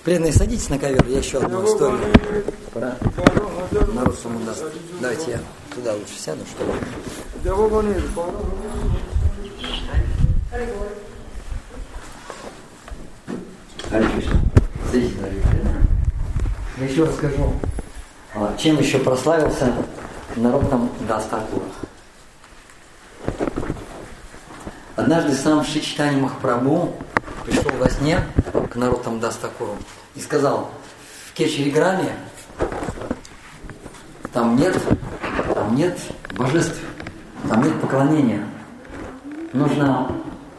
Преданные, садитесь на ковер, я еще одну историю про народ самодаст. Давайте я туда лучше сяду, чтобы... Я еще расскажу, чем еще прославился Нароттам Дас Такур. Однажды сам Шри Чайтанья Махапрабху пришел во сне к Нароттам Дас Такуру и сказал: в Кечариграме там нет божеств, там нет поклонения. Нужно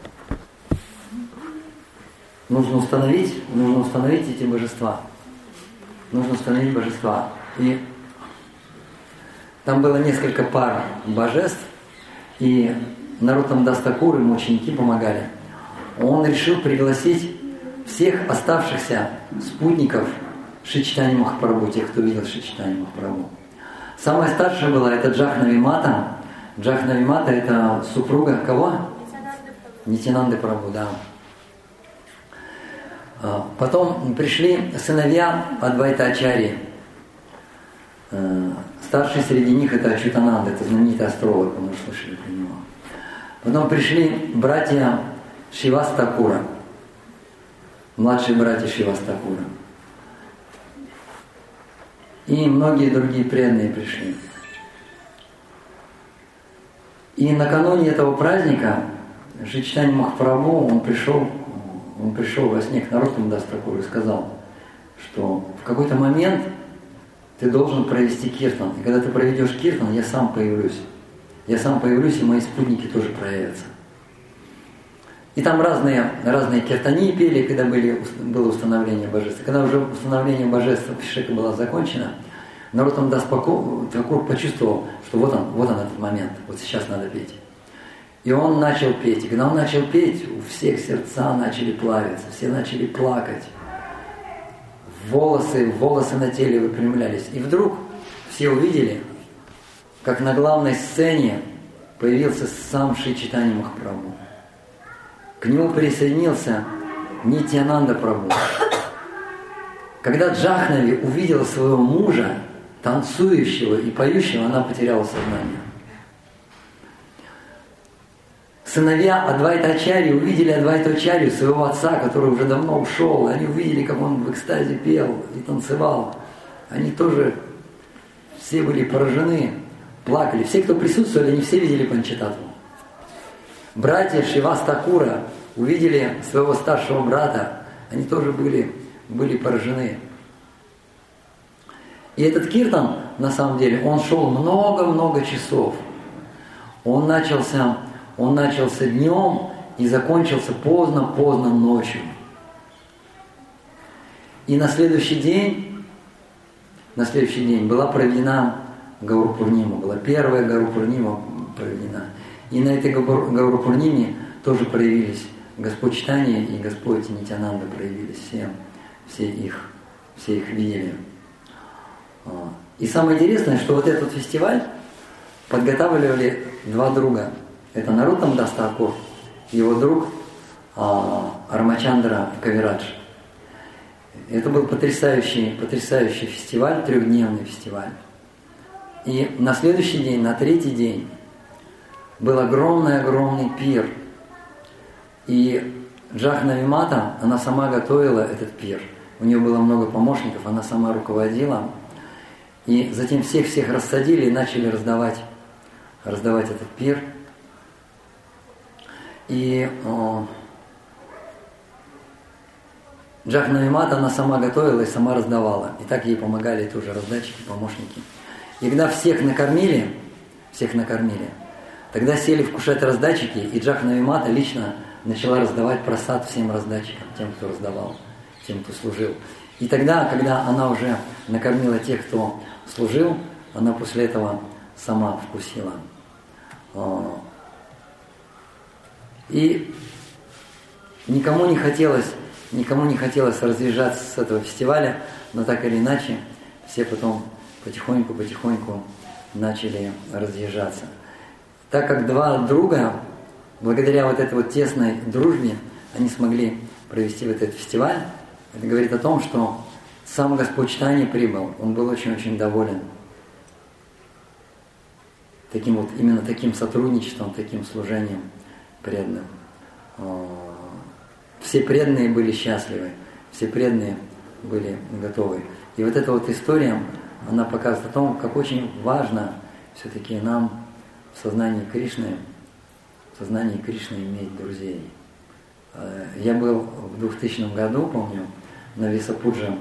установить эти божества. Нужно установить божества. И там было несколько пар божеств, и Нароттам Дас Такур, ему ученики помогали. Он решил пригласить всех оставшихся спутников Шри Чайтаньи Махапрабху, тех, кто видел Шри Чайтанью Махапрабху. Самая старшая была это Джахнави Мата. Джахнави Мата это супруга кого? Нитьянанды Прабху, да. Потом пришли сыновья Адвайта Ачарьи. Старший среди них это Ачютананда, это знаменитый астролог, вы, может, слышали про него. Потом пришли братья Шриваса Такура, младшие братья Шриваса Такура. И многие другие преданные пришли. И накануне этого праздника Шри Чайтанья Махапрабху, он пришел во сне к Нароттаму Дас Такуру и сказал, что в какой-то момент ты должен провести киртан. И когда ты проведешь киртан, я сам появлюсь. Я сам появлюсь, и мои спутники тоже проявятся. И там разные киртании пели, когда было установление божеств. И когда уже установление божеств Абхишека было закончено, Нароттам Дас Такур почувствовал, что вот он этот момент, вот сейчас надо петь. И он начал петь. И когда он начал петь, у всех сердца начали плавиться, все начали плакать. Волосы на теле выпрямлялись. И вдруг все увидели, как на главной сцене появился сам Шри Чайтанья Махапрабху. К нему присоединился Нитьянанда Прабху. Когда Джахнави увидела своего мужа, танцующего и поющего, она потеряла сознание. Сыновья Адвайта Ачарьи увидели Адвайту Ачарью, своего отца, который уже давно ушел. Они увидели, как он в экстазе пел и танцевал. Они тоже все были поражены, плакали. Все, кто присутствовали, они все видели Панчататтву. Братья Шриваса Такура увидели своего старшего брата. Они тоже были поражены. И этот киртан, на самом деле, он шел много-много часов. Он начался днем и закончился поздно ночью. И на следующий день была проведена Гауру-Пурнима, была первая Гауру-Пурнима проведена. И на этой Гауру-Пурниме тоже проявились Господь Чайтанья и Господь Нитьянанда проявились, все их видели. И самое интересное, что вот этот фестиваль подготавливали два друга. Это Нароттам Дас Такур, его друг Рамачандра Кавирадж. Это был потрясающий фестиваль, трехдневный фестиваль. И на следующий день, на третий день, был огромный пир. И Джахнави Мата, она сама готовила этот пир. У нее было много помощников, она сама руководила. И затем всех рассадили и начали раздавать этот пир. И Джахнави Мата, она сама готовила и сама раздавала. И так ей помогали тоже раздатчики, помощники. И когда всех накормили, тогда сели вкушать раздатчики, и Джахнави Мата лично начала раздавать прасад всем раздатчикам, тем, кто раздавал, тем, кто служил. И тогда, когда она уже накормила тех, кто служил, она после этого сама вкусила. И никому не хотелось разъезжаться с этого фестиваля, но так или иначе все потом потихоньку начали разъезжаться. Так как два друга, благодаря вот этой вот тесной дружбе, они смогли провести вот этот фестиваль, Это говорит о том, что сам Господь Чайтанья прибыл, он был очень-очень доволен таким вот, именно таким сотрудничеством, таким служением преданным. Все преданные были счастливы, все преданные были готовы. И вот эта вот история, она показывает о том, как очень важно все-таки нам в сознании Кришны иметь друзей. Я был в 2000 году, помню, на Висапуджа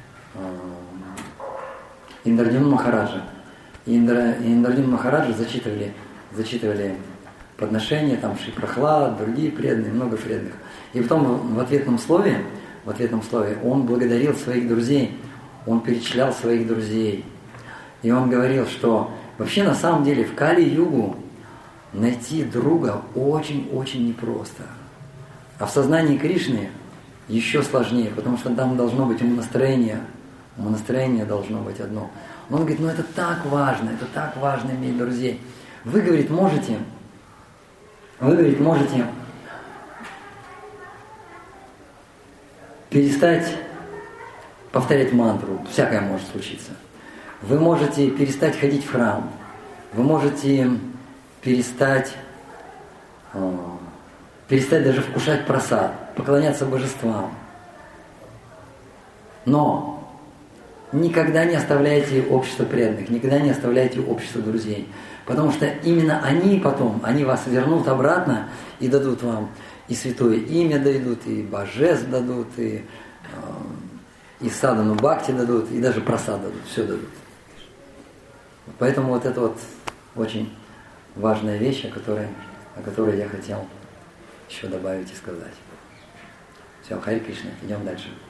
Индрадьюмна Махараджа. И Индрадьюмна Махараджа зачитывали подношения, там Шри Прахлад, другие преданные, много преданных. И потом в ответном слове он благодарил своих друзей, он перечислял своих друзей. И он говорил, что вообще на самом деле в Кали-югу найти друга очень-очень непросто. А в сознании Кришны еще сложнее, потому что там должно быть умонастроение должно быть одно. Но он говорит, это так важно иметь друзей. Вы, говорит, можете перестать повторять мантру, всякое может случиться. Вы можете перестать ходить в храм, вы можете перестать даже вкушать прасад, поклоняться божествам. Но никогда не оставляйте общество преданных, никогда не оставляйте общество друзей. Потому что именно они вас вернут обратно и дадут вам и святое имя дадут, и божеств дадут, и садану бхакти дадут, и даже прасад дадут, все дадут. Поэтому вот это вот очень важная вещь, о которой я хотел еще добавить и сказать. Все, Харе Кришна, идем дальше.